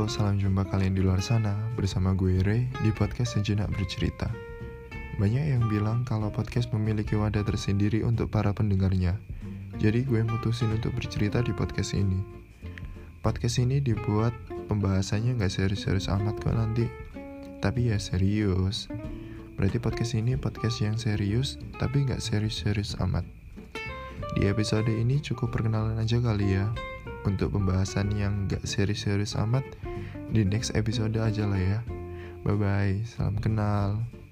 Halo, salam jumpa kalian di luar sana. Bersama gue Ray di podcast Sejenak Bercerita. Banyak yang bilang kalau podcast memiliki wadah tersendiri untuk para pendengarnya. Jadi gue mutusin untuk bercerita di podcast ini. Podcast ini dibuat pembahasannya gak serius-serius amat kok nanti. Tapi ya serius. Berarti podcast ini podcast yang serius tapi gak serius-serius amat. Di episode ini cukup perkenalan aja kali ya. Untuk pembahasan yang gak serius-serius amat, di next episode aja lah ya. Bye-bye, salam kenal.